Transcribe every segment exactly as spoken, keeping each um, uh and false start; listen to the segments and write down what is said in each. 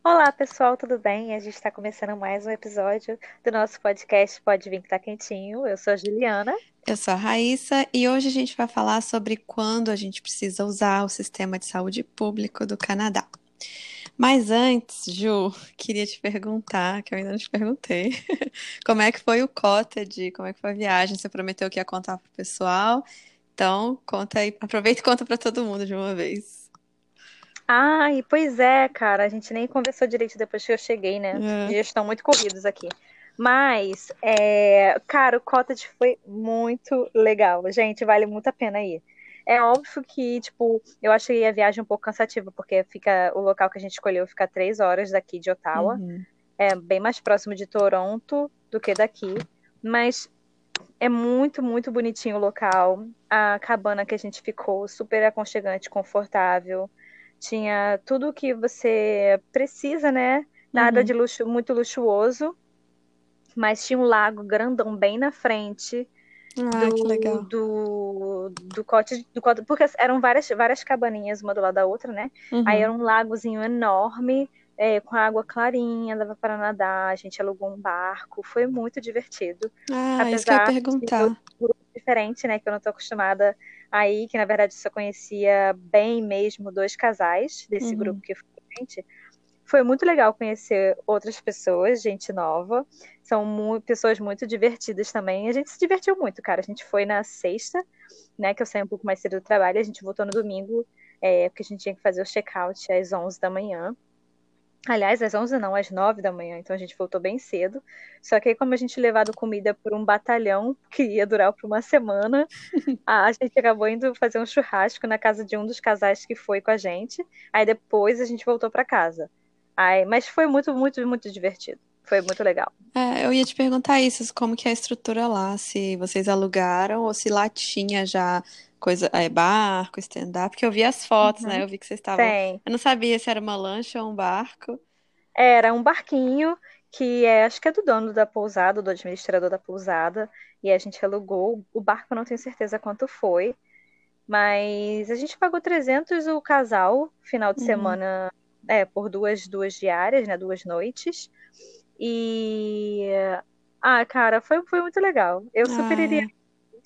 Olá, pessoal, tudo bem? A gente está começando mais um episódio do nosso podcast Pode Vir que tá quentinho. Eu sou a Juliana. Eu sou a Raíssa e hoje a gente vai falar sobre quando a gente precisa usar o sistema de saúde público do Canadá. Mas antes, Ju, queria te perguntar, que eu ainda não te perguntei, como é que foi o Cottage? Como é que foi a viagem? Você prometeu que ia contar pro pessoal, então conta aí, aproveita e conta para todo mundo de uma vez. Ai, pois é, cara, a gente nem conversou direito depois que eu cheguei, né? Os É. dias estão muito corridos aqui. Mas, é, cara, o Cottage foi muito legal. Gente, vale muito a pena ir. É óbvio que, tipo, eu achei a viagem um pouco cansativa, porque fica o local que a gente escolheu fica três horas daqui de Ottawa. Uhum. É bem mais próximo de Toronto do que daqui. Mas é muito, muito bonitinho o local. A cabana que a gente ficou, super aconchegante, confortável. Tinha tudo o que você precisa, né? Nada de Uhum. luxo, muito luxuoso, mas tinha um lago grandão bem na frente Ai, que do legal. do do cottage, do cottage, porque eram várias várias cabaninhas uma do lado da outra, né? Aí era Uhum. um lagozinho enorme, é, com água clarinha, dava para nadar. A gente alugou um barco, foi muito divertido, Ah, isso que eu ia apesar de ser um perguntar. grupo diferente, né? Que eu não tô acostumada aí, que na verdade só conhecia bem mesmo dois casais desse grupo Uhum. que foi com a gente. Foi muito legal conhecer outras pessoas, gente nova. São mu- pessoas muito divertidas também. A gente se divertiu muito, cara. A gente foi na sexta, né? Que eu saí um pouco mais cedo do trabalho. A gente voltou no domingo, é, porque a gente tinha que fazer o check-out às onze da manhã. Aliás, às onze não, às nove da manhã. Então a gente voltou bem cedo. Só que aí, como a gente levado comida por um batalhão que ia durar por uma semana, a gente acabou indo fazer um churrasco na casa de um dos casais que foi com a gente. Aí depois a gente voltou para casa. Aí, mas foi muito, muito, muito divertido. Foi muito legal. É, eu ia te perguntar isso, como que é a estrutura lá, se vocês alugaram ou se lá tinha já coisa, é, barco, stand-up, porque eu vi as fotos, né? Uhum. Eu vi que vocês estavam. Tem. Eu não sabia se era uma lancha ou um barco. Era um barquinho que é, acho que é do dono da pousada, do administrador da pousada, e a gente alugou. O barco eu não tenho certeza quanto foi, mas a gente pagou trezentos o casal, final de Uhum. semana, é, por duas, duas diárias, né, duas noites. E ah, cara, foi, foi muito legal. Eu super iria. Ah,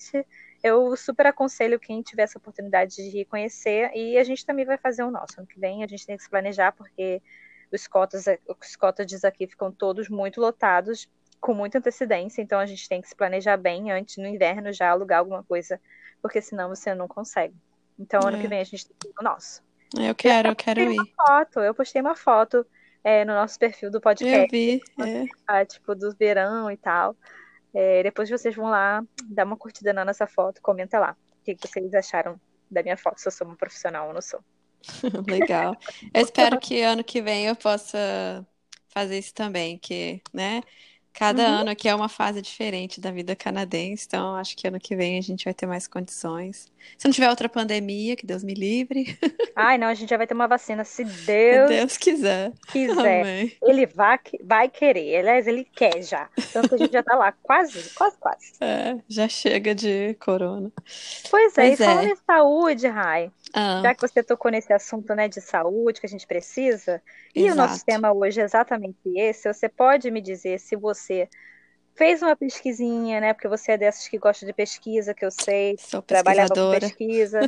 Eu super aconselho quem tiver essa oportunidade de ir conhecer. E a gente também vai fazer o nosso. Ano que vem a gente tem que se planejar, porque os cotas, os cottages aqui ficam todos muito lotados, com muita antecedência. Então a gente tem que se planejar bem antes, no inverno, já alugar alguma coisa, porque senão você não consegue. Então ano que é. vem a gente tem que ir o nosso. Eu Eu quero, até eu postei quero uma ir. foto, eu postei uma foto é, no nosso perfil do Eu podcast, vi, é. ah, tipo, do verão e tal. É, depois vocês vão lá, dar uma curtida na nossa foto, comenta lá. O que que vocês acharam da minha foto, se eu sou uma profissional ou não sou. Legal. Eu espero que ano que vem eu possa fazer isso também, que, né? Cada Uhum. ano aqui é uma fase diferente da vida canadense, então acho que ano que vem a gente vai ter mais condições. Se não tiver outra pandemia, que Deus me livre, Ai, não, a gente já vai ter uma vacina, se se Deus Deus quiser. quiser. Amém. Ele vai, vai querer, aliás, ele quer já. Tanto que a gente já tá lá, quase, quase, quase. É, já chega de corona. Pois é, e Pois falando é. em saúde, Rai, Ah, já que você tocou nesse assunto, né, de saúde que a gente precisa, e o nosso exato. tema hoje é exatamente esse, você pode me dizer se você fez uma pesquisinha, né? Porque você é dessas que gosta de pesquisa, que eu sei, Sou trabalhava com pesquisadora. pesquisa.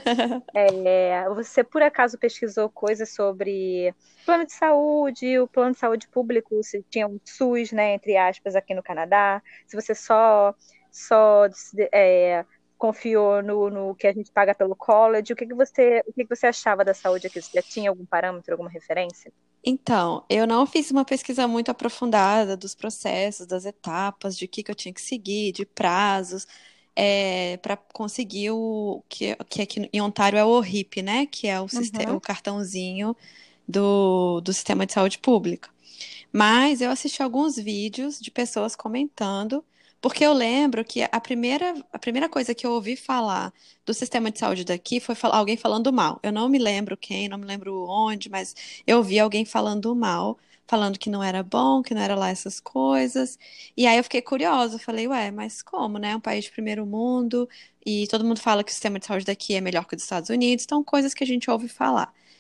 É, você por acaso pesquisou coisas sobre plano de saúde, o plano de saúde público, se tinha um SUS, né, entre aspas, aqui no Canadá, se você só só é, confiou no, no que a gente paga pelo college, o que, que você o que, que você achava da saúde aqui? Você já tinha algum parâmetro, alguma referência? Então, eu não fiz uma pesquisa muito aprofundada dos processos, das etapas, de que que eu tinha que seguir, de prazos, para conseguir o que, que aqui em Ontário é o O R I P, né? Que é o, siste- o Uhum, cartãozinho do, do sistema de saúde pública. Mas eu assisti alguns vídeos de pessoas comentando, porque eu lembro que a primeira, a primeira coisa que eu ouvi falar do sistema de saúde daqui foi fal- alguém falando mal. Eu não me lembro quem, não me lembro onde, mas eu ouvi alguém falando mal, falando que não era bom, que não era lá essas coisas. E aí eu fiquei curiosa, eu falei, ué, mas como, né? Um país de primeiro mundo, e todo mundo fala que o sistema de saúde daqui é melhor que o dos Estados Unidos, então coisas que a gente ouve falar.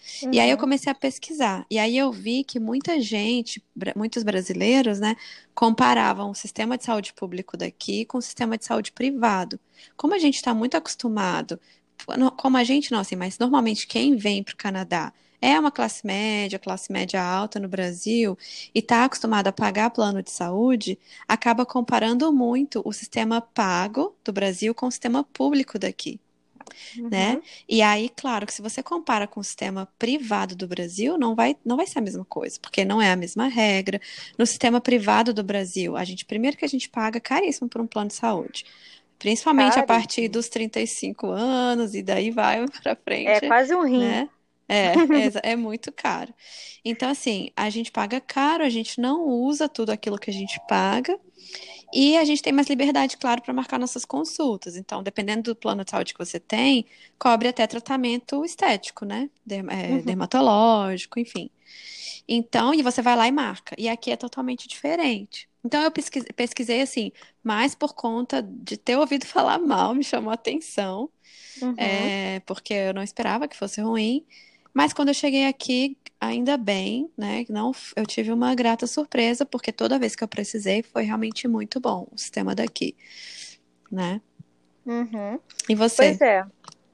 E aí eu Uhum. comecei a pesquisar. E aí eu vi que muita gente, bra- muitos brasileiros, né, comparavam o sistema de saúde público daqui com o sistema de saúde privado. Como a gente está muito acostumado, no- como a gente não, assim, mas normalmente quem vem para o Canadá é uma classe média, classe média alta no Brasil, e está acostumado a pagar plano de saúde, acaba comparando muito o sistema pago do Brasil com o sistema público daqui, né? Uhum. E aí, claro, que se você compara com o sistema privado do Brasil, não vai, não vai ser a mesma coisa, porque não é a mesma regra. No sistema privado do Brasil, a gente, primeiro que a gente paga caríssimo por um plano de saúde, principalmente a partir Caríssimo. dos trinta e cinco anos, e daí vai para É frente, quase um rim. né? É, é, exa- é muito caro. Então, assim, a gente paga caro, a gente não usa tudo aquilo que a gente paga, e a gente tem mais liberdade, claro, para marcar nossas consultas. Então, dependendo do plano de saúde que você tem, cobre até tratamento estético, né? Der- é, Uhum. dermatológico, enfim. Então, e você vai lá e marca. E aqui é totalmente diferente. Então, eu pesquis- pesquisei assim, mais por conta de ter ouvido falar mal, me chamou a atenção, Uhum. é, porque eu não esperava que fosse ruim. Mas quando eu cheguei aqui, ainda bem, né? que Não, eu tive uma grata surpresa, porque toda vez que eu precisei foi realmente muito bom o sistema daqui, né? Uhum. E Pois você? é.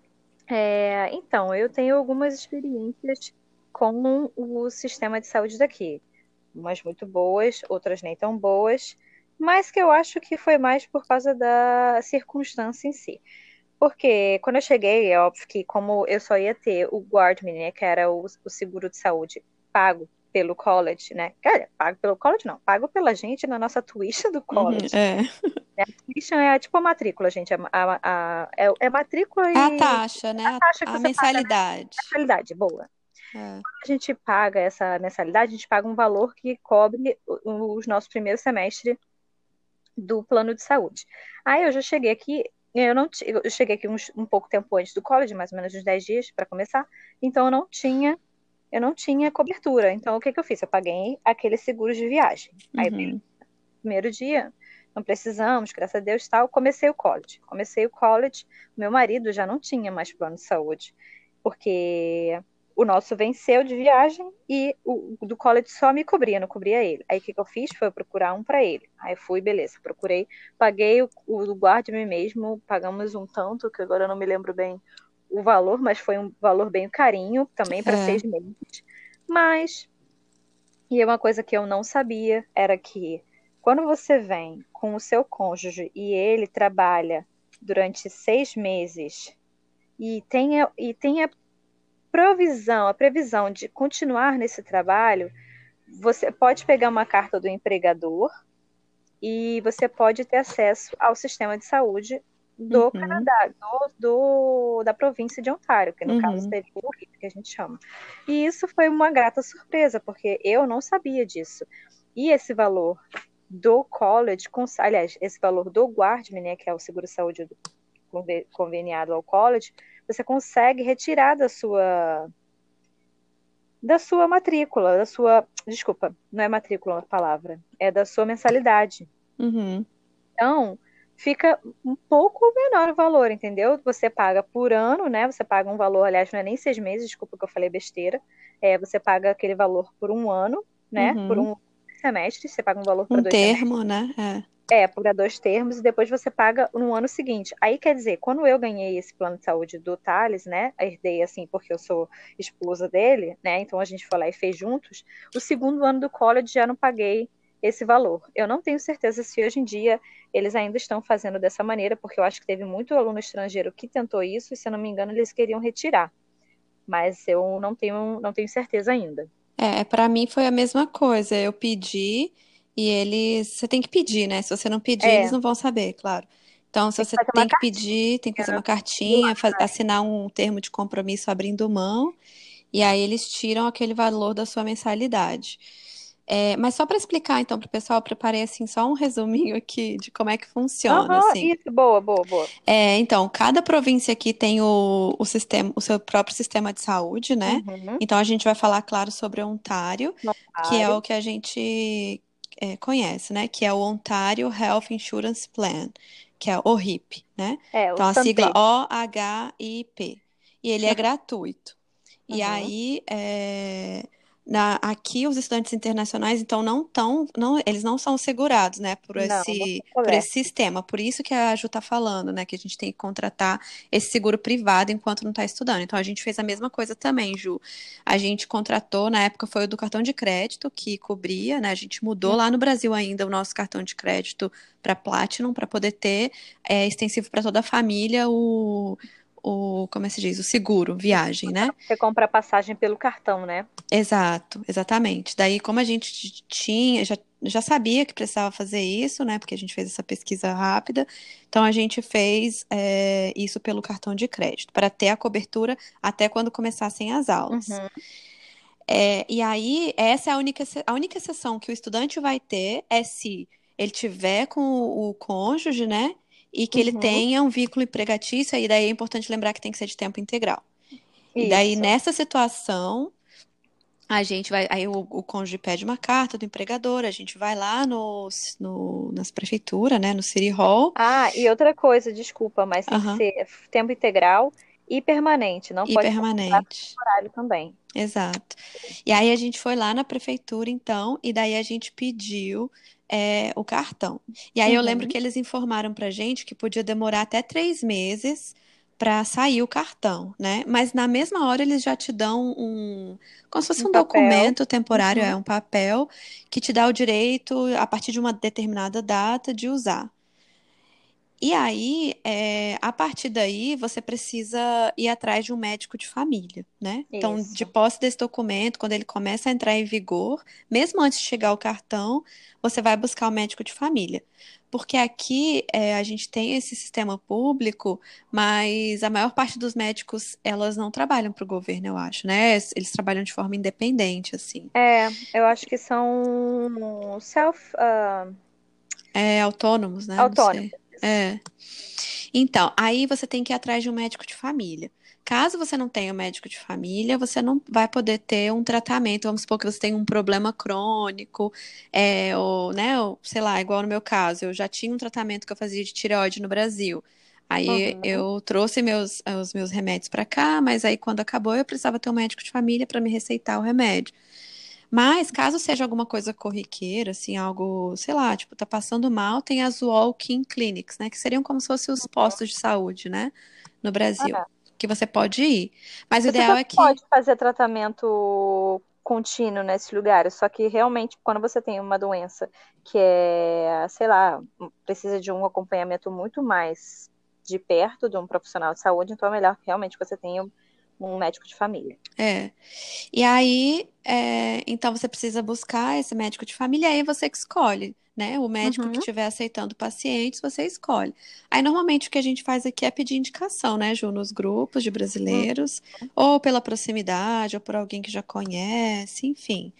É, então, eu tenho algumas experiências com o sistema de saúde daqui. Umas muito boas, outras nem tão boas, mas que eu acho que foi mais por causa da circunstância em si. Porque quando eu cheguei, é óbvio que como eu só ia ter o Guardme, né, que era o, o seguro de saúde pago pelo college, né? Cara, pago pelo college não, pago pela gente na nossa tuition do Uhum, college. é. Né? A tuition é tipo a matrícula, gente. A, a, a- é, é matrícula É a e taxa, a né? taxa que A, a você paga, né? mensalidade. Mensalidade, boa. É. A gente paga essa mensalidade, a gente paga um valor que cobre o- os nossos primeiros semestres do plano de saúde. Aí eu já cheguei aqui, eu não ti- eu cheguei aqui uns- um pouco tempo antes do college, mais ou menos uns dez dias para começar, então eu não tinha, eu não tinha cobertura. Então o que que eu fiz? Eu paguei aqueles seguros de viagem. Aí Uhum, primeiro dia, não precisamos, graças a Deus, tal. Comecei o college. Comecei o college, meu marido já não tinha mais plano de saúde, porque o nosso venceu de viagem e o do college só me cobria, não cobria ele. Aí o que, que eu fiz foi procurar um para ele. Aí fui, beleza, procurei, paguei o, o guarda-me mesmo, pagamos um tanto, que agora eu não me lembro bem o valor, mas foi um valor bem carinho também para é. seis meses. Mas e uma coisa que eu não sabia era que quando você vem com o seu cônjuge e ele trabalha durante seis meses e tem, a- e tem a provisão, a previsão de continuar nesse trabalho, você pode pegar uma carta do empregador e você pode ter acesso ao sistema de saúde do Uhum, Canadá, do, do- da província de Ontário, que no caso uhum, seria o R I P, que a gente chama. E isso foi uma grata surpresa, porque eu não sabia disso. E esse valor do college, cons- aliás, esse valor do Guardme, né, que é o seguro-saúde do- conve- conveniado ao college, você consegue retirar da sua da sua matrícula, da sua, desculpa, não é matrícula a palavra, é da sua mensalidade. uhum. Então, fica um pouco menor o valor, entendeu? Você paga por ano, né? Você paga um valor, aliás, não é nem seis meses, desculpa que eu falei besteira. É, você paga aquele valor por um ano, né? Por Uhum. um semestre, você paga um valor para Um dois semestres. termo, né? É. É, para dois termos, e depois você paga no ano seguinte. Aí quer dizer, quando eu ganhei esse plano de saúde do Thales, né? Herdei assim, porque eu sou esposa dele, né? Então a gente foi lá e fez juntos. O segundo ano do college já não paguei esse valor. Eu não tenho certeza se hoje em dia eles ainda estão fazendo dessa maneira, porque eu acho que teve muito aluno estrangeiro que tentou isso, e se eu não me engano, eles queriam retirar. Mas eu não tenho, não tenho certeza ainda. É, para mim foi a mesma coisa. Eu pedi e eles. Você tem que pedir, né? Se você não pedir, eles É, não vão saber, claro. Então, se tem que você fazer uma tem que pedir, tem que fazer cartinha uma do cartinha, fa- lado. assinar um termo de compromisso abrindo mão, e aí eles tiram aquele valor da sua mensalidade. É, mas só para explicar, então, para o pessoal, eu preparei assim só um resuminho aqui de como é que funciona, Aham, assim. isso, boa, boa, boa. É, então, cada província aqui tem o, o sistema, o seu próprio sistema de saúde, né? Uhum. Então, a gente vai falar, claro, sobre o Ontário, que é o Otário. que a gente é, conhece, né? Que é o Ontario Health Insurance Plan, que é o R I P, né? É, o Então, a sigla Santé. O H I P. E ele é gratuito. E Uhum. aí, é, na- aqui os estudantes internacionais, então, não estão, não, eles não são segurados, né, por Não, não esse, sou por esse coberta. sistema. Por isso que a Ju está falando, né, que a gente tem que contratar esse seguro privado enquanto não está estudando. Então, a gente fez a mesma coisa também, Ju. A gente contratou, na época foi o do cartão de crédito que cobria, né, a gente mudou lá no Brasil ainda o nosso cartão de crédito para Platinum, para poder ter é, extensivo para toda a família o o, como é que se diz? O seguro, viagem, né? Você compra a passagem pelo cartão, né? Exato, exatamente. Daí, como a gente tinha, já, já sabia que precisava fazer isso, né? Porque a gente fez essa pesquisa rápida, então a gente fez é, isso pelo cartão de crédito, para ter a cobertura até quando começassem as aulas. Uhum. É, e aí, essa é a única, ex- a única exceção que o estudante vai ter é se ele tiver com o, o cônjuge, né? E que ele Uhum. tenha um vínculo empregatício, e daí é importante lembrar que tem que ser de tempo integral. E daí, Isso. nessa situação, a gente vai. Aí o, o cônjuge pede uma carta do empregador, a gente vai lá no, no, nas prefeituras, né? No City Hall, Ah, e outra coisa, desculpa, mas tem que aham, ser tempo integral e permanente, não e pode ser contrato permanente. temporário também. Exato. E aí a gente foi lá na prefeitura, então, e daí a gente pediu é, o cartão. E aí eu lembro Uhum. que eles informaram pra gente que podia demorar até três meses para sair o cartão, né? Mas na mesma hora eles já te dão um, como se fosse Um um papel. documento temporário, Uhum. é um papel que te dá o direito, a partir de uma determinada data, de usar. E aí, é, a partir daí, você precisa ir atrás de um médico de família, né? Então, de Isso. posse desse documento, quando ele começa a entrar em vigor, mesmo antes de chegar o cartão, você vai buscar o médico de família. Porque aqui, é, a gente tem esse sistema público, mas a maior parte dos médicos, elas não trabalham para o governo, eu acho, né? Eles trabalham de forma independente, assim. É, eu acho que são self, ah, É autônomos, né? Não sei. autônomos. Isso. É. Então, aí você tem que ir atrás de um médico de família. Caso você não tenha um médico de família, você não vai poder ter um tratamento. Vamos supor que você tem um problema crônico, é, ou, né, ou, sei lá, igual no meu caso, eu já tinha um tratamento que eu fazia de tireoide no Brasil. Aí Uhum. eu trouxe meus, os meus remédios para cá, mas aí quando acabou eu precisava ter um médico de família para me receitar o remédio. Mas caso seja alguma coisa corriqueira, assim, algo, sei lá, tipo, tá passando mal, tem as walk-in clinics, né? Que seriam como se fossem os postos de saúde, né? No Brasil, É. que você pode ir. Mas o Você ideal também é que pode fazer tratamento contínuo nesses lugares, só que realmente quando você tem uma doença que é, sei lá, precisa de um acompanhamento muito mais de perto de um profissional de saúde, então é melhor que realmente você tenha um médico de família. é. E aí, é, então você precisa buscar esse médico de família, aí você que escolhe, né? O médico que Uhum. estiver aceitando pacientes, você escolhe. Aí, normalmente, o que a gente faz aqui é pedir indicação, né, Ju, nos grupos de Hum. brasileiros, ou pela proximidade, ou por alguém que já conhece, enfim.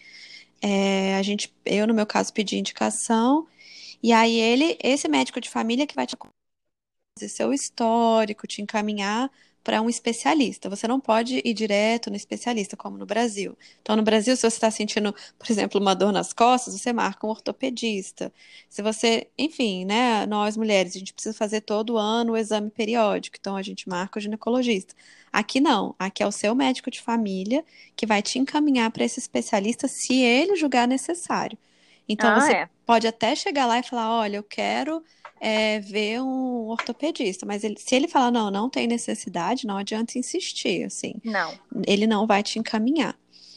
É, a gente, eu, no meu caso, pedi indicação, e aí ele, esse médico de família que vai te fazer seu histórico, te encaminhar para um especialista. Você não pode ir direto no especialista, como no Brasil. Então, no Brasil, se você está sentindo, por exemplo, uma dor nas costas, você marca um ortopedista. Se você, enfim, né, nós mulheres, a gente precisa fazer todo ano o exame periódico, então a gente marca o ginecologista. Aqui não, aqui é o seu médico de família que vai te encaminhar para esse especialista se ele julgar necessário. Então, Ah, você é. pode até chegar lá e falar: olha, eu quero é, ver um ortopedista, mas ele- se ele falar, não, não tem necessidade, não adianta insistir, assim, Não. ele não vai te encaminhar.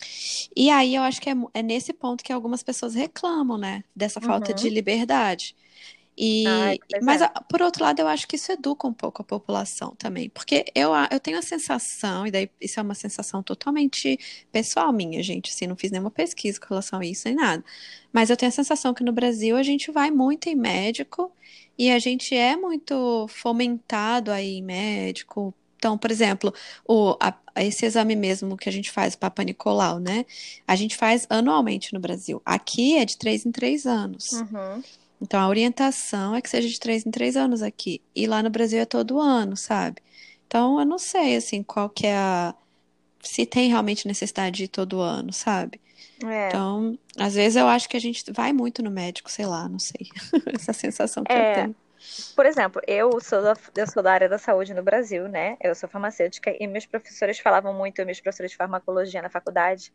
E aí eu acho que é, mu- é nesse ponto que algumas pessoas reclamam, né, dessa falta de Uhum. liberdade. Ai, E, pois mas, é. a- por outro lado, eu acho que isso educa um pouco a população também, porque eu, a- eu tenho a sensação, e daí isso é uma sensação totalmente pessoal minha, gente, assim, não fiz nenhuma pesquisa com relação a isso nem nada, mas eu tenho a sensação que no Brasil a gente vai muito em médico e a gente é muito fomentado aí em médico. Então, por exemplo, o, a- esse exame mesmo que a gente faz, o Papa Nicolau, né? A gente faz anualmente no Brasil. Aqui é de três em três anos. Uhum. Então, a orientação é que seja de três em três anos aqui. E lá no Brasil é todo ano, sabe? Então, eu não sei, assim, qual que é a... Se tem realmente necessidade de ir todo ano, sabe? É. Então, às vezes eu acho que a gente vai muito no médico, sei lá, não sei. Essa sensação que eu É, tenho. Por exemplo, eu sou, da, eu sou da área da saúde no Brasil, né? Eu sou farmacêutica e meus professores falavam muito, meus professores de farmacologia na faculdade,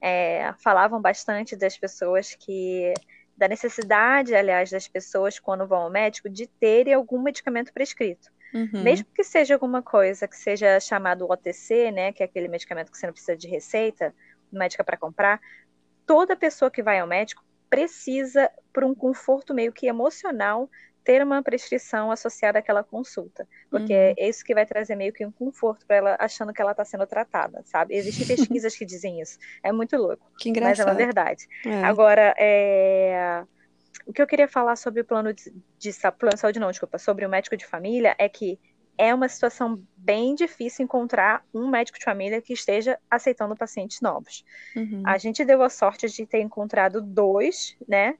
é, falavam bastante das pessoas que, da necessidade, aliás, das pessoas quando vão ao médico de terem algum medicamento prescrito. Uhum, Mesmo que seja alguma coisa que seja chamado O T C, né? Que é aquele medicamento que você não precisa de receita médica para comprar, toda pessoa que vai ao médico precisa, por um conforto meio que emocional, ter uma prescrição associada àquela consulta. Porque uhum. é isso que vai trazer meio que um conforto para ela, achando que ela está sendo tratada, sabe? Existem pesquisas que dizem isso. É muito louco, Que mas é uma engraçado. verdade. É. Agora, é... o que eu queria falar sobre o plano de, de, plano de saúde, não, desculpa, sobre o médico de família, é que é uma situação bem difícil encontrar um médico de família que esteja aceitando pacientes novos. A Uhum, gente deu a sorte de ter encontrado dois, né,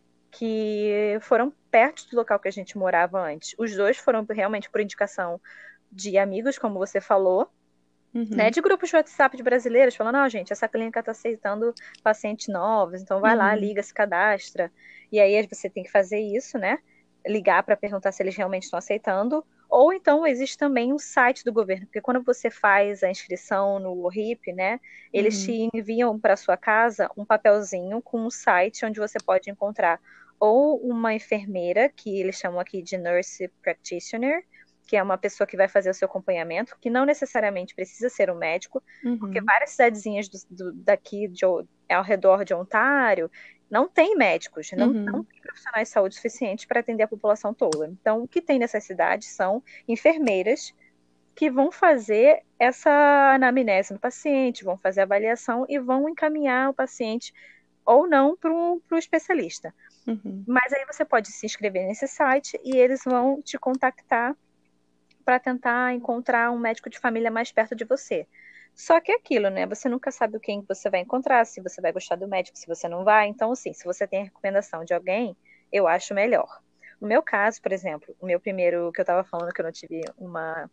que foram perto do local que a gente morava antes. Os dois foram realmente por indicação de amigos, como você falou, né, uhum, de grupos de WhatsApp de brasileiros, falando, não, gente, essa clínica está aceitando pacientes novos, então vai lá, uhum, liga, se cadastra. E aí você tem que fazer isso, né? Ligar para perguntar se eles realmente estão aceitando. Ou então existe também um site do governo, porque quando você faz a inscrição no R I P, né, eles uhum, te enviam para sua casa um papelzinho com um site onde você pode encontrar ou uma enfermeira, que eles chamam aqui de nurse practitioner, que é uma pessoa que vai fazer o seu acompanhamento, que não necessariamente precisa ser um médico, porque uhum, várias cidadezinhas do, do, daqui de, ao redor de Ontário não tem médicos, não, não uhum, tem profissionais de saúde suficientes para atender a população toda. Então, o que tem nessas cidades são enfermeiras que vão fazer essa anamnese no paciente, vão fazer a avaliação e vão encaminhar o paciente ou não para o especialista. uhum. Mas aí você pode se inscrever nesse site e eles vão te contactar para tentar encontrar um médico de família mais perto de você. Só que é aquilo, né? Você nunca sabe quem você vai encontrar, se você vai gostar do médico, se você não vai. Então, assim, se você tem a recomendação de alguém, eu acho melhor. No meu caso, por exemplo, o meu primeiro, que eu estava falando que eu não tive uma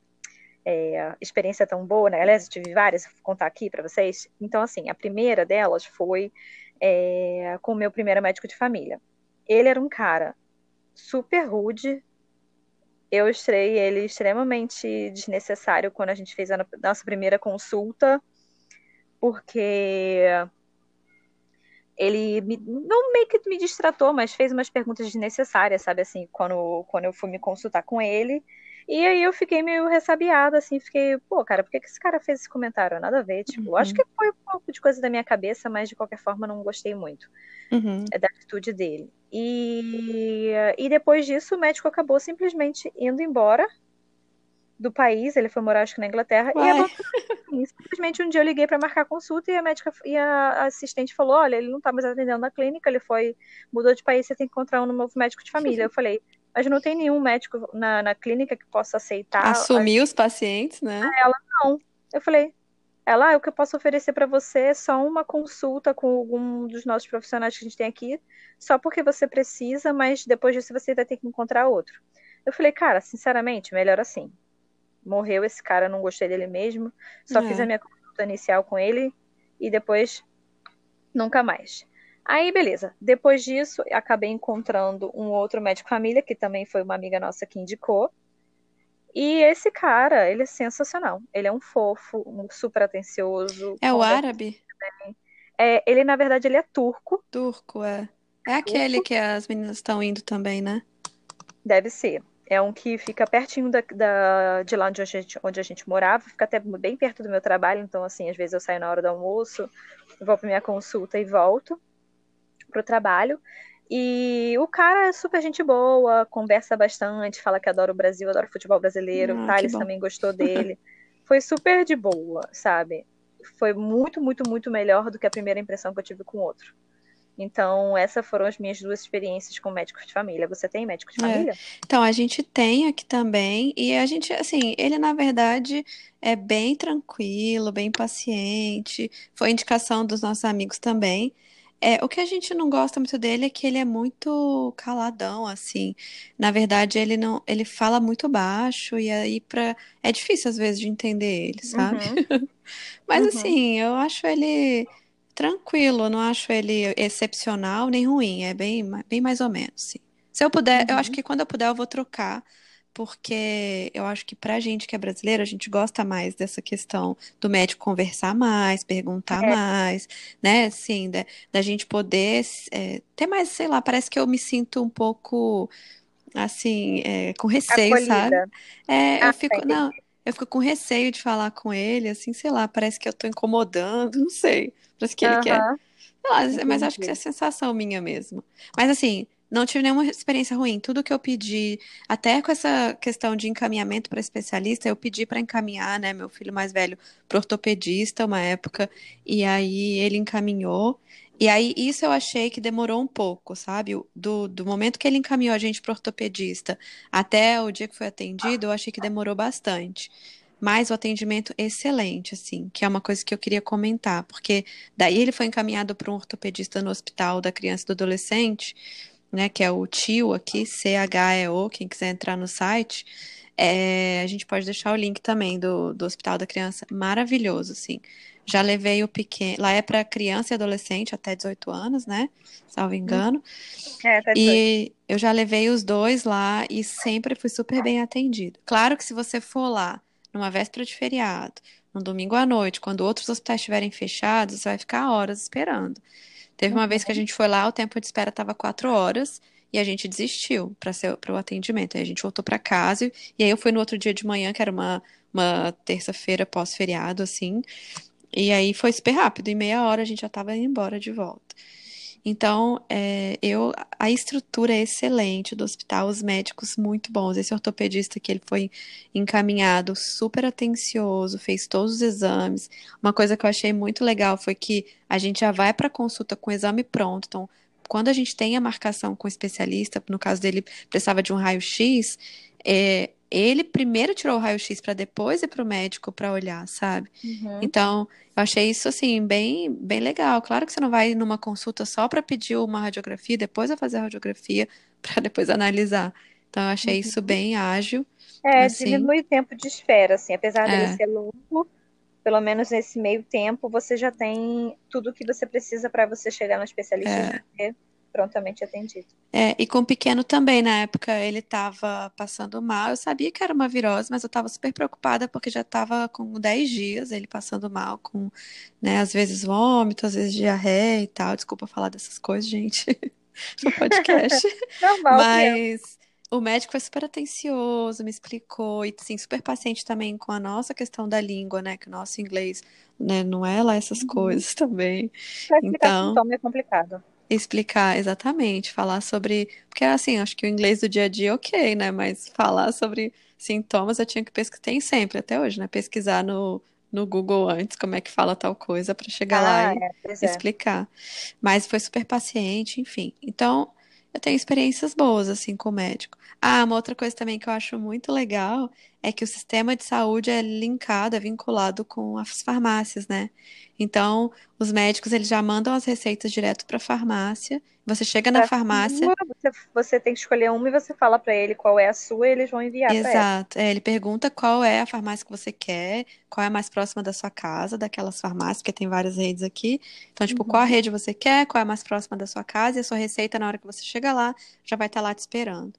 é, experiência tão boa, né? Aliás, eu tive várias, vou contar aqui para vocês. Então, assim, a primeira delas foi é, com o meu primeiro médico de família. Ele era um cara super rude, eu achei ele extremamente desnecessário quando a gente fez a nossa primeira consulta, porque ele me, não meio que me distratou, mas fez umas perguntas desnecessárias, sabe, assim, quando, quando eu fui me consultar com ele. E aí eu fiquei meio ressabiada, assim, fiquei, pô, cara, por que, que esse cara fez esse comentário? Nada a ver, tipo, acho Uhum, que foi um pouco de coisa da minha cabeça, mas de qualquer forma não gostei muito uhum. é, da atitude dele. E, e depois disso o médico acabou simplesmente indo embora do país, ele foi morar acho que na Inglaterra, e Uai. abandonou. Assim, simplesmente um dia eu liguei para marcar consulta e a médica e a assistente falou: olha, ele não está mais atendendo na clínica, ele foi, mudou de país, você tem que encontrar um novo médico de família. Eu falei, mas não tem nenhum médico na, na clínica que possa aceitar. Assumir os pacientes, né? Ela, não. Eu falei, ela, ah, o que eu posso oferecer para você é só uma consulta com algum dos nossos profissionais que a gente tem aqui, só porque você precisa, mas depois disso você vai ter que encontrar outro. Eu falei, cara, sinceramente, melhor assim. Morreu esse cara, não gostei dele mesmo. Só fiz a É. minha consulta inicial com ele e depois nunca mais. Aí, beleza. Depois disso, acabei encontrando um outro médico família, que também foi uma amiga nossa que indicou. E esse cara, ele é sensacional. Ele é um fofo, um super atencioso, É o conversa. árabe? É, ele, na verdade, ele é turco. Turco, é. É aquele Turco, que as meninas estão indo também, né? deve ser. É um que fica pertinho da, da- de lá onde a, gente, onde a gente morava, fica até bem perto do meu trabalho, então, assim, às vezes eu saio na hora do almoço, vou para minha consulta e volto pro trabalho. E o cara é super gente boa, conversa bastante, fala que adora o Brasil, adora o futebol brasileiro. O Ah, que Thales bom. também gostou dele. Foi super de boa, sabe? Foi muito, muito, muito melhor do que a primeira impressão que eu tive com o outro. Então, essas foram as minhas duas experiências com médicos de família. Você tem médico de É. família? Então, a gente tem aqui também, e a gente, assim, ele na verdade é bem tranquilo, bem paciente, foi indicação dos nossos amigos também. É, o que a gente não gosta muito dele é que ele é muito caladão, assim. Na verdade, ele não, ele fala muito baixo, e aí pra, é difícil às vezes de entender ele, sabe? Uhum, Mas uhum. assim, eu acho ele tranquilo, eu não acho ele excepcional nem ruim, é bem, bem mais ou menos, sim. Se eu puder, eu acho Uhum. que quando eu puder eu vou trocar, porque eu acho que pra gente que é brasileiro, a gente gosta mais dessa questão do médico conversar mais, perguntar É, mais, né? Assim, da, da gente poder é, ter mais, sei lá, parece que eu me sinto um pouco assim, é, com receio, sabe? acolhida. É, eu Ah, tá, fico, não, entendi. eu fico com receio de falar com ele, assim, sei lá, parece que eu tô incomodando, não sei. Parece que ele quer. Aham, Sei lá, mas acho que é entendi. sensação minha mesmo. Mas assim, não tive nenhuma experiência ruim. Tudo que eu pedi, até com essa questão de encaminhamento para especialista, eu pedi para encaminhar, né, meu filho mais velho para ortopedista uma época, e aí ele encaminhou. E aí isso eu achei que demorou um pouco, sabe? Do, do momento que ele encaminhou a gente para ortopedista até o dia que foi atendido, eu achei que demorou bastante. Mas o atendimento excelente, assim, que é uma coisa que eu queria comentar, porque daí ele foi encaminhado para um ortopedista no Hospital da Criança e do Adolescente, né, que é o TIO aqui, C H E O, quem quiser entrar no site. É, a gente pode deixar o link também do, do Hospital da Criança, maravilhoso, assim. Já levei o pequeno, lá é para criança e adolescente até dezoito anos, né, salvo Uhum. engano. É, tá dezoito. E eu já levei os dois lá e sempre fui super bem atendido. Claro que se você for lá numa véspera de feriado, num domingo à noite, quando outros hospitais estiverem fechados, você vai ficar horas esperando. Teve uma vez que a Uhum. gente foi lá, o tempo de espera estava quatro horas e a gente desistiu para ser para o atendimento. Aí a gente voltou para casa e, e aí eu fui no outro dia de manhã, que era uma, uma terça-feira pós-feriado, assim. E aí foi super rápido, em meia hora a gente já estava indo embora de volta. Então, é, eu, a estrutura é excelente do hospital, os médicos muito bons. Esse ortopedista que ele foi encaminhado, super atencioso, fez todos os exames. Uma coisa que eu achei muito legal foi que a gente já vai para consulta com o exame pronto. Então, quando a gente tem a marcação com o especialista, no caso dele, precisava de um raio-x, é, ele primeiro tirou o raio-x para depois ir para o médico para olhar, sabe? Uhum. Então, eu achei isso assim bem, bem legal. Claro que você não vai numa consulta só para pedir uma radiografia, depois vai fazer a radiografia para depois analisar. Então, eu achei isso Uhum. bem ágil, É, assim. diminui o tempo de espera, assim, apesar dele É, ser longo, pelo menos nesse meio tempo, você já tem tudo o que você precisa para você chegar no especialista e já é, ser prontamente atendido. é. E com o pequeno também, na época ele estava passando mal. Eu sabia que era uma virose, mas eu estava super preocupada porque já estava com dez dias ele passando mal, com, né, às vezes vômito, às vezes diarreia e tal. Desculpa falar dessas coisas, gente, no podcast. Normal, criança. Mas o médico foi super atencioso, me explicou, e sim, super paciente também com a nossa questão da língua, né? Que o nosso inglês, né, não é lá essas Uhum. coisas também. Para explicar Então, sintoma é complicado. explicar exatamente, falar sobre. Porque assim, acho que o inglês do dia a dia, ok, né? Mas falar sobre sintomas eu tinha que pesquisar, tem sempre, até hoje, né? Pesquisar no, no Google antes como é que fala tal coisa para chegar lá Ah, e é, pois é. explicar. Mas foi super paciente, enfim. Então, eu tenho experiências boas, assim, com o médico. Ah, uma outra coisa também que eu acho muito legal é que o sistema de saúde é linkado, é vinculado com as farmácias, né? Então, os médicos, eles já mandam as receitas direto para a farmácia. Você chega na Para farmácia. sua, você, você tem que escolher uma e você fala para ele qual é a sua e eles vão enviar para essa. Exato. É, ele pergunta qual é a farmácia que você quer, qual é a mais próxima da sua casa, daquelas farmácias, porque tem várias redes aqui. Então, tipo, qual a Uhum. rede você quer, qual é a mais próxima da sua casa, e a sua receita, na hora que você chega lá, já vai estar lá te esperando.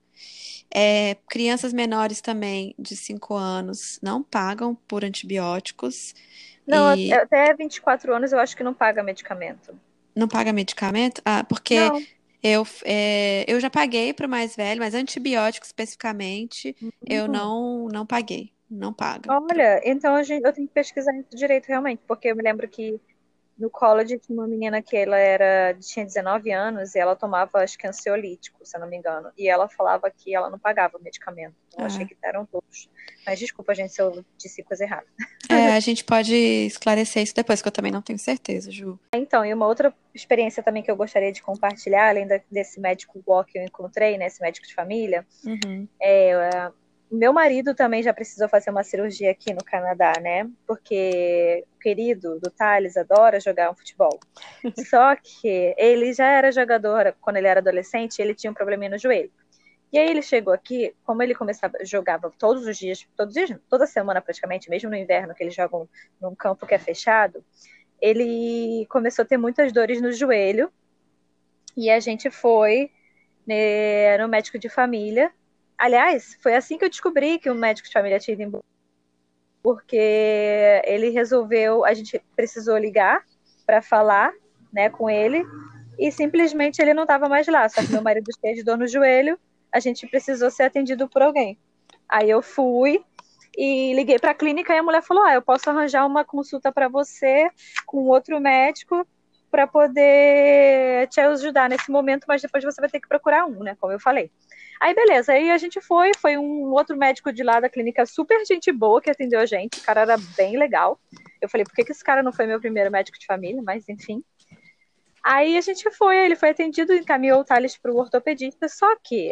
É, crianças menores também, de cinco anos, não pagam por antibióticos Não, e até vinte e quatro anos eu acho que não paga medicamento. não paga medicamento. Ah, porque Não. eu, é, eu já paguei para o mais velho, mas antibiótico especificamente, eu Hum. não, não paguei. Não paga. Olha, então a gente, eu tenho que pesquisar isso direito realmente, porque eu me lembro que no college tinha uma menina que ela era, tinha dezenove anos e ela tomava, acho que ansiolítico, se eu não me engano. E ela falava que ela não pagava medicamento. Então eu achei É. que eram todos. Mas desculpa, gente, se eu disse coisa errada. É, a gente pode esclarecer isso depois, que eu também não tenho certeza, Ju. Então, e uma outra experiência também que eu gostaria de compartilhar, além da- desse médico walk que eu encontrei, né, esse médico de família, Uhum. é, meu marido também já precisou fazer uma cirurgia aqui no Canadá, né? Porque o querido do Thales adora jogar um futebol. Só que ele já era jogador quando ele era adolescente, ele tinha um probleminha no joelho. E aí ele chegou aqui, como ele começava, jogava todos os dias, todos os dias, toda semana praticamente, mesmo no inverno, que eles jogam num campo que é fechado, ele começou a ter muitas dores no joelho e a gente foi né, no médico de família. Aliás, foi assim que eu descobri que o médico de família tinha ido embora, porque ele resolveu, a gente precisou ligar para falar, né, com ele, e simplesmente ele não estava mais lá, só que meu marido cheio de dor no joelho, a gente precisou ser atendido por alguém. Aí eu fui e liguei para a clínica e a mulher falou: ah, eu posso arranjar uma consulta para você com outro médico para poder te ajudar nesse momento, mas depois você vai ter que procurar um, né, como eu falei. Aí beleza, aí a gente foi, foi um outro médico de lá da clínica, super gente boa, que atendeu a gente, o cara era bem legal. Eu falei, por que, que esse cara não foi meu primeiro médico de família? Mas enfim. Aí a gente foi, ele foi atendido, encaminhou o Thales para o ortopedista, só que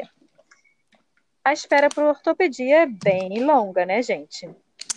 a espera para ortopedia é bem longa, né, gente?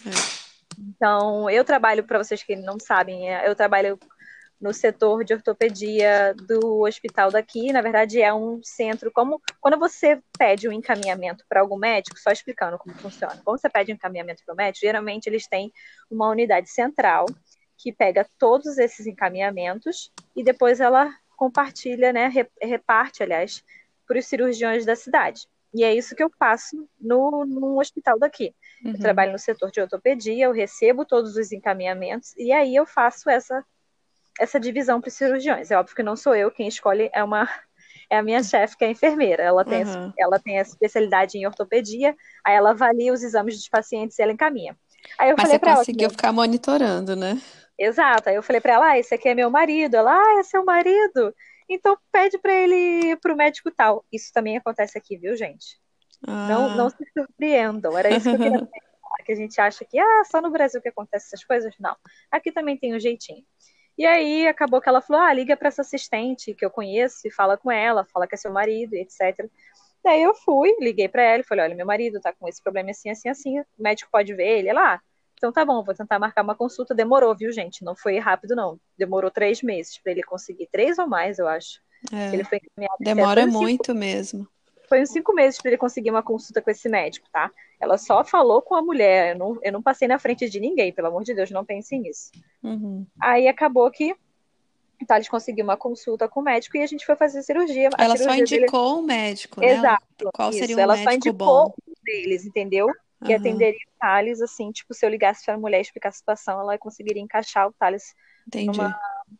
Então, eu trabalho, para vocês que não sabem, eu trabalho no setor de ortopedia do hospital daqui. Na verdade, é um centro, como quando você pede um encaminhamento para algum médico, só explicando como funciona. Quando você pede um encaminhamento para o médico, geralmente eles têm uma unidade central que pega todos esses encaminhamentos e depois ela compartilha, né, reparte, aliás, para os cirurgiões da cidade. E é isso que eu faço no, no hospital daqui. Uhum. Eu trabalho no setor de ortopedia, eu recebo todos os encaminhamentos e aí eu faço essa essa divisão para os cirurgiões. É óbvio que não sou eu quem escolhe, é uma é a minha chefe, que é enfermeira. Ela tem, uhum. ela tem a especialidade em ortopedia, aí ela avalia os exames dos pacientes e ela encaminha. Aí eu Mas falei você conseguiu ela, ficar monitorando, né? Exato. Aí eu falei para ela, ah, esse aqui é meu marido. Ela, ah, é seu marido? Então pede para ele ir pro médico tal. Isso também acontece aqui, viu, gente? Ah. Não, não se surpreendam. Era isso que eu queria falar, que a gente acha que ah, só no Brasil que acontece essas coisas. Não. Aqui também tem um jeitinho. E aí acabou que ela falou, ah, liga para essa assistente que eu conheço e fala com ela, fala que é seu marido, etcétera. Daí eu fui, liguei para ela e falei, olha, meu marido tá com esse problema assim, assim, assim, o médico pode ver ele? Ela, ah, então tá bom, vou tentar marcar uma consulta. Demorou, viu, gente? Não foi rápido, não. Demorou três meses para ele conseguir, três ou mais, eu acho. É, ele foi encaminhado. Demora muito cinco... mesmo. Foi uns cinco meses para ele conseguir uma consulta com esse médico, tá? Ela só falou com a mulher, eu não, eu não passei na frente de ninguém, pelo amor de Deus, não pense nisso. Uhum. Aí acabou que o Thales conseguiu uma consulta com o médico e a gente foi fazer cirurgia. A ela cirurgia só indicou dele... o médico, né? Exato. Qual isso. seria um ela médico só indicou bom? um deles, entendeu? Que uhum. atenderia o Thales, assim, tipo, se eu ligasse para a mulher e explicar a situação, ela conseguiria encaixar o Thales Entendi. numa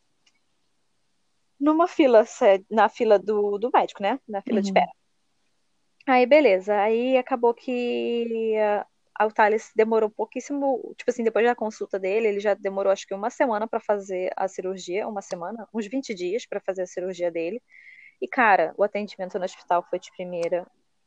numa fila, na fila do, do médico, né? Na fila uhum. de espera. Aí, beleza. Aí acabou que uh, o Thales demorou pouquíssimo, tipo assim, depois da consulta dele, ele já demorou acho que uma semana para fazer a cirurgia, uma semana, uns vinte dias para fazer a cirurgia dele. E, cara, o atendimento no hospital foi de primeira.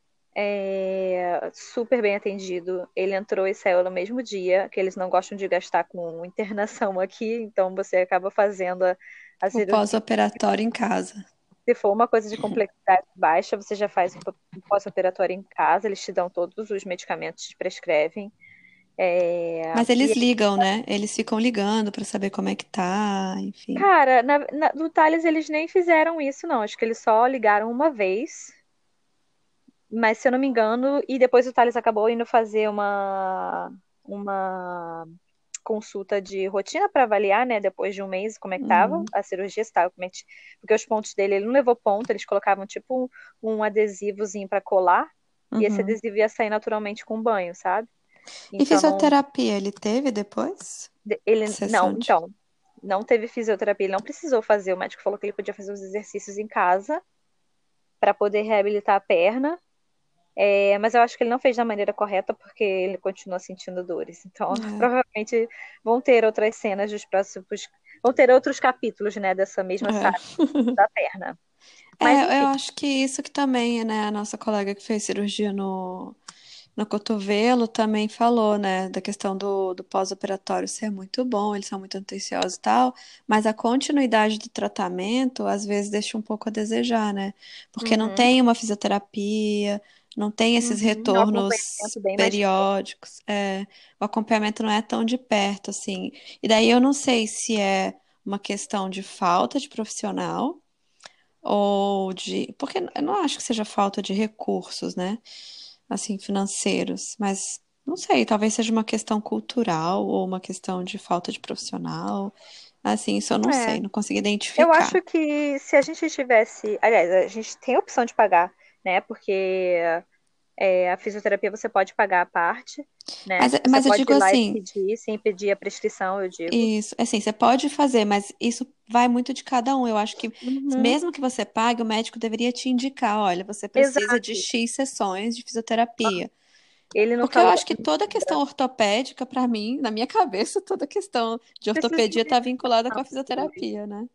É, super bem atendido. Ele entrou e saiu no mesmo dia, que eles não gostam de gastar com internação aqui, então você acaba fazendo a, a cirurgia. O pós-operatório em casa. Se for uma coisa de complexidade baixa, você já faz o pós-operatório em casa, eles te dão todos os medicamentos, te prescrevem. É... Mas eles e ligam, eles... né? Eles ficam ligando para saber como é que tá, enfim. Cara, na, na, no Thales eles nem fizeram isso, não. Acho que eles só ligaram uma vez. Mas se eu não me engano, e depois o Thales acabou indo fazer uma, uma consulta de rotina para avaliar, né, depois de um mês, como é que tava uhum. a cirurgia, estava, como é que... porque os pontos dele, ele não levou ponto, eles colocavam tipo um, um adesivozinho para colar, uhum. e esse adesivo ia sair naturalmente com banho, sabe? Então, e fisioterapia ele teve depois? Ele não, então, não teve fisioterapia, ele não precisou fazer, o médico falou que ele podia fazer os exercícios em casa para poder reabilitar a perna. É, mas eu acho que ele não fez da maneira correta porque ele continua sentindo dores. Então, é. provavelmente vão ter outras cenas dos próximos. Vão ter outros capítulos, né, dessa mesma é. saga da perna. Mas, é, eu acho que isso que também, né, a nossa colega que fez cirurgia no, no cotovelo também falou, né, da questão do, do pós-operatório ser muito bom, eles são muito atenciosos e tal, mas a continuidade do tratamento às vezes deixa um pouco a desejar, né? Porque uhum. não tem uma fisioterapia. Não tem esses uhum, retornos periódicos. É, o acompanhamento não é tão de perto, assim. E daí eu não sei se é uma questão de falta de profissional ou de... Porque eu não acho que seja falta de recursos, né? Assim, financeiros. Mas não sei, talvez seja uma questão cultural ou uma questão de falta de profissional. Assim, isso eu não é. sei, não consegui identificar. Eu acho que se a gente tivesse... Aliás, a gente tem a opção de pagar né? Porque é, a fisioterapia você pode pagar à parte, Mas, né? Você mas eu pode digo ir lá e assim, pedir, sem pedir a prescrição, eu digo. isso, assim, você pode fazer, mas isso vai muito de cada um. Eu acho que Uhum, mesmo que você pague, o médico deveria te indicar, olha, você precisa de exato. X sessões de fisioterapia. Ele não Porque eu falou acho que toda questão ortopédica, para mim, na minha cabeça, toda questão de precisa de ortopedia está vinculada com medicação. a fisioterapia, né?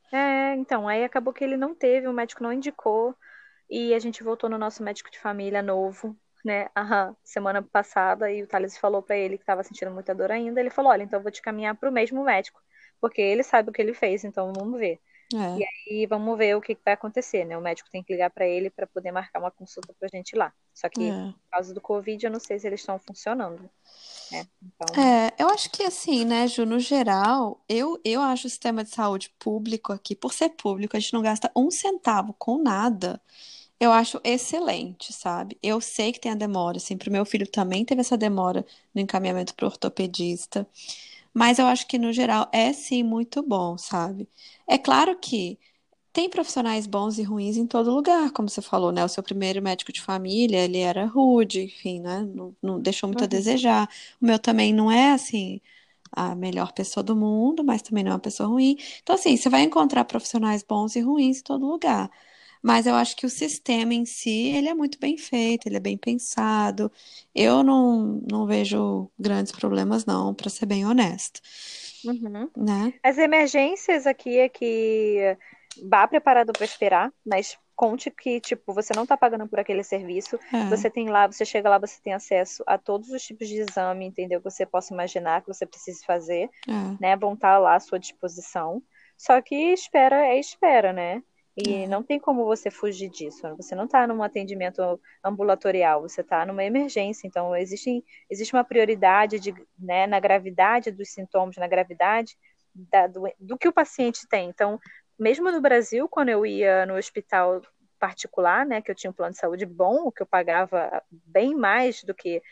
É, então, aí acabou que ele não teve, o médico não indicou, e a gente voltou no nosso médico de família novo, né, aham, semana passada, e o Thales falou pra ele que estava sentindo muita dor ainda, ele falou, olha, então eu vou te caminhar pro mesmo médico, porque ele sabe o que ele fez, então vamos ver. E É, aí vamos ver o que que vai acontecer, né, o médico tem que ligar pra ele para poder marcar uma consulta pra gente ir lá. Só que, é. por causa do Covid, eu não sei se eles estão funcionando, né, então, É, eu acho que assim, né, Ju, no geral, eu, eu acho o sistema de saúde público aqui, por ser público, a gente não gasta um centavo com nada. Eu acho excelente, sabe? Eu sei que tem a demora, assim, pro meu filho também teve essa demora no encaminhamento pro ortopedista, mas eu acho que no geral é sim muito bom, sabe? É claro que tem profissionais bons e ruins em todo lugar, como você falou, né? O seu primeiro médico de família, ele era rude, enfim, né? Não, não deixou muito a uhum, desejar. O meu também não é assim a melhor pessoa do mundo, mas também não é uma pessoa ruim. Então, assim, você vai encontrar profissionais bons e ruins em todo lugar. Mas eu acho que o sistema em si, ele é muito bem feito, ele é bem pensado. Eu não, não vejo grandes problemas, não, para ser bem honesto, uhum. né? As emergências aqui é que vá preparado para esperar, mas conte que, tipo, você não está pagando por aquele serviço. É, Você tem lá, você chega lá, você tem acesso a todos os tipos de exame, entendeu? Que você possa imaginar que você precise fazer, é, né? Vão estar lá à sua disposição. Só que espera é espera, né? E é. não tem como você fugir disso. Você não está num atendimento ambulatorial, você está numa emergência. Então, existe, existe uma prioridade de, né, na gravidade dos sintomas, na gravidade da, do, do que o paciente tem. Então, mesmo no Brasil, quando eu ia no hospital particular, né, que eu tinha um plano de saúde bom, que eu pagava bem mais do que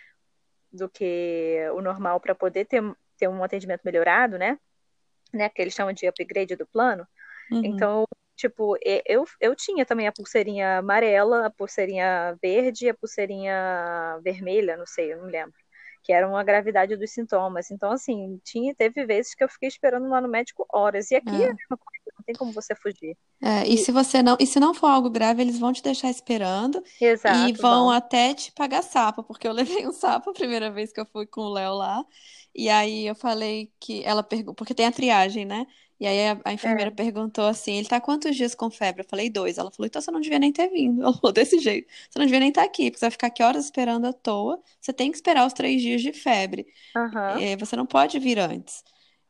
do que o normal para poder ter, ter um atendimento melhorado, né, né, que eles chamam de upgrade do plano. Uhum. Então, tipo, eu, eu tinha também a pulseirinha amarela, a pulseirinha verde, a pulseirinha vermelha, não sei, eu não lembro. Que eram a gravidade dos sintomas. Então, assim, tinha, teve vezes que eu fiquei esperando lá no médico horas. E aqui é a É. mesma coisa, não tem como você fugir. É, e E, se você não, e se não for algo grave, eles vão te deixar esperando e exato, vão vão. até te pagar sapo, porque eu levei um sapo a primeira vez que eu fui com o Léo lá. E aí eu falei que ela perguntou, porque tem a triagem, né? E aí a, a enfermeira É, perguntou assim: ele tá quantos dias com febre? Eu falei dois. Ela falou: então você não devia nem ter vindo. Ela falou desse jeito: você não devia nem estar aqui, porque você vai ficar aqui horas esperando à toa. Você tem que esperar os três dias de febre. aham. É, você não pode vir antes.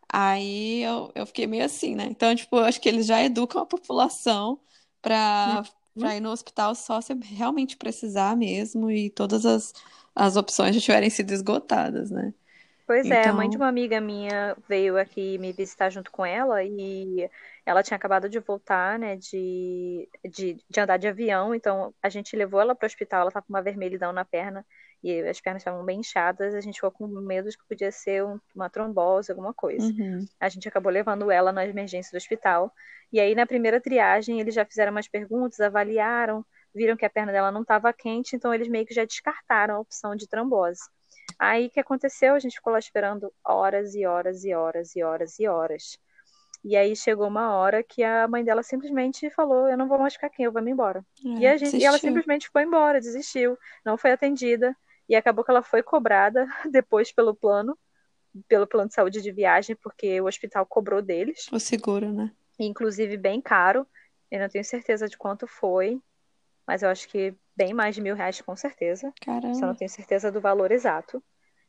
Aí eu, eu fiquei meio assim, né? Então, tipo, eu acho que eles já educam a população para Uhum. para ir no hospital só se realmente precisar mesmo e todas as, as opções já tiverem sido esgotadas, né? Pois é, a mãe de Então, uma amiga minha veio aqui me visitar junto com ela e ela tinha acabado de voltar, né, de, de, de andar de avião, então a gente levou ela para o hospital, ela estava com uma vermelhidão na perna e as pernas estavam bem inchadas, a gente ficou com medo de que podia ser um- uma trombose, alguma coisa. uhum, A gente acabou levando ela na emergência do hospital e aí na primeira triagem eles já fizeram umas perguntas, avaliaram, viram que a perna dela não estava quente, então eles meio que já descartaram a opção de trombose. Aí o que aconteceu? A gente ficou lá esperando horas e horas e horas e horas e horas. E aí chegou uma hora que a mãe dela simplesmente falou: eu não vou mais ficar aqui, eu vou me embora. E, é, a gente, e ela desistiu. simplesmente foi embora, desistiu, não foi atendida. E acabou que ela foi cobrada depois pelo plano, pelo plano de saúde de viagem, porque o hospital cobrou deles, O seguro, né? inclusive bem caro. Eu não tenho certeza de quanto foi, mas eu acho que bem mais de mil reais com certeza. Só não Caramba. tenho certeza do valor exato.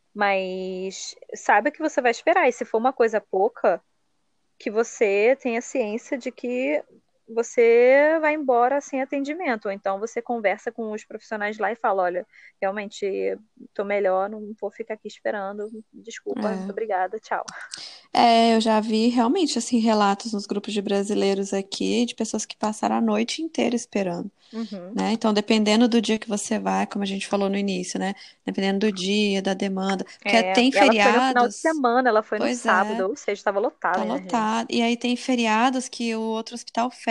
Mas saiba que você vai esperar. E se for uma coisa pouca, que você tenha ciência de que você vai embora sem atendimento. Ou então você conversa com os profissionais lá e fala: olha, realmente tô melhor, não vou ficar aqui esperando. Desculpa, muito É. obrigada, tchau. É, eu já vi realmente assim relatos nos grupos de brasileiros aqui de pessoas que passaram a noite inteira esperando. Uhum. Né? Então, dependendo do dia que você vai, como a gente falou no início, né? Dependendo do dia, da demanda, porque É, tem ela foi no final de feriados, semana, ela foi no pois sábado, é, ou seja, estava lotada tá a emergência. lotado. E aí tem feriados que o outro hospital fecha.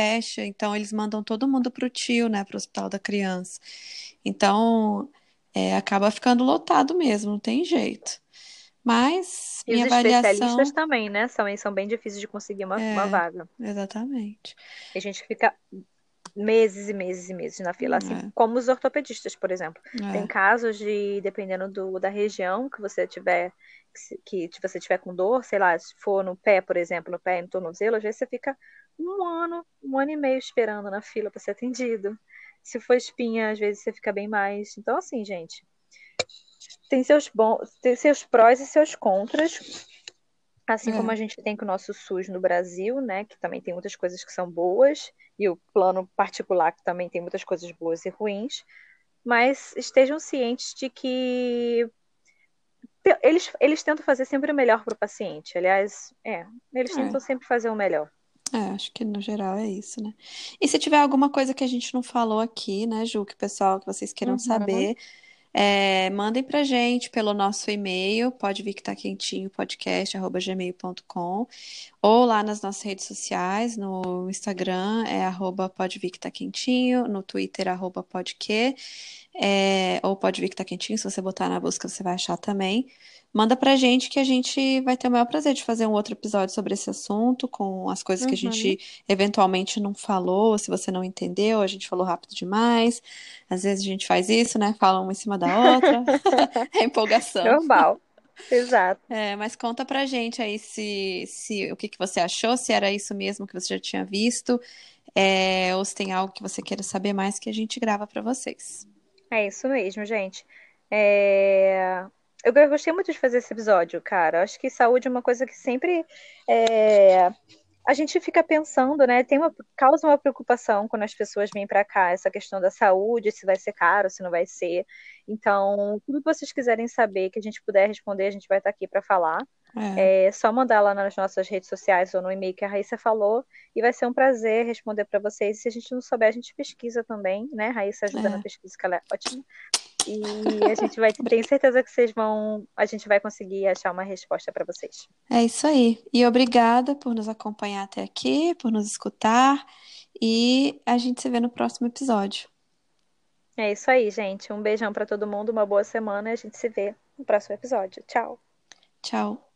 creche, então eles mandam todo mundo pro tio, né, pro hospital da criança. Então, é, acaba ficando lotado mesmo, não tem jeito. Mas E os minha especialistas avaliação também, né? São, são bem difíceis de conseguir uma, uma é vaga. exatamente. E a gente fica meses e meses e meses na fila, assim É, como os ortopedistas, por exemplo. Tem é, casos de, dependendo do, da região que você tiver, que, que você tiver com dor, sei lá, se for no pé, por exemplo, no pé e no tornozelo, às vezes você fica um ano, um ano e meio esperando na fila para ser atendido. Se for espinha, às vezes você fica bem mais. Então, assim, gente, tem seus bons, tem seus prós e seus contras. Assim como é, a gente tem com o nosso SUS no Brasil, né, que também tem muitas coisas que são boas, e o plano particular que também tem muitas coisas boas e ruins, mas estejam cientes de que te- eles, eles tentam fazer sempre o melhor para o paciente. Aliás, é, eles é. tentam sempre fazer o melhor. É, acho que no geral é isso, né? E se tiver alguma coisa que a gente não falou aqui, né, Ju, que o pessoal que vocês queiram Uhum. saber, é, mandem pra gente pelo nosso e-mail, pode vir que tá quentinho, podcast, arroba gmail ponto com, ou lá nas nossas redes sociais, no Instagram é arroba pode vir que tá quentinho, no Twitter arroba podque, é, ou pode vir que tá quentinho, se você botar na busca você vai achar também. Manda pra gente que a gente vai ter o maior prazer de fazer um outro episódio sobre esse assunto, com as coisas que a Uhum. gente eventualmente não falou, se você não entendeu, a gente falou rápido demais. Às vezes a gente faz isso, né? Fala uma em cima da outra. É empolgação. Normal. Exato. É, mas conta pra gente aí se, se o que que você achou, se era isso mesmo que você já tinha visto, é, ou se tem algo que você queira saber mais que a gente grava pra vocês. É isso mesmo, gente. É, Eu gostei muito de fazer esse episódio, cara. Eu acho que saúde é uma coisa que sempre é, a gente fica pensando, né? Tem uma, causa uma preocupação quando as pessoas vêm para cá, essa questão da saúde, se vai ser caro, se não vai ser. Então, tudo que vocês quiserem saber, que a gente puder responder, a gente vai estar aqui para falar. É, É só mandar lá nas nossas redes sociais ou no e-mail que a Raíssa falou, e vai ser um prazer responder para vocês. Se a gente não souber, a gente pesquisa também, né? A Raíssa ajuda na é. pesquisa, que ela é ótima. E a gente vai, tenho certeza que vocês vão, a gente vai conseguir achar uma resposta para vocês. É isso aí. E obrigada por nos acompanhar até aqui, por nos escutar. E a gente se vê no próximo episódio. É isso aí, gente. Um beijão para todo mundo, uma boa semana e a gente se vê no próximo episódio. Tchau. Tchau.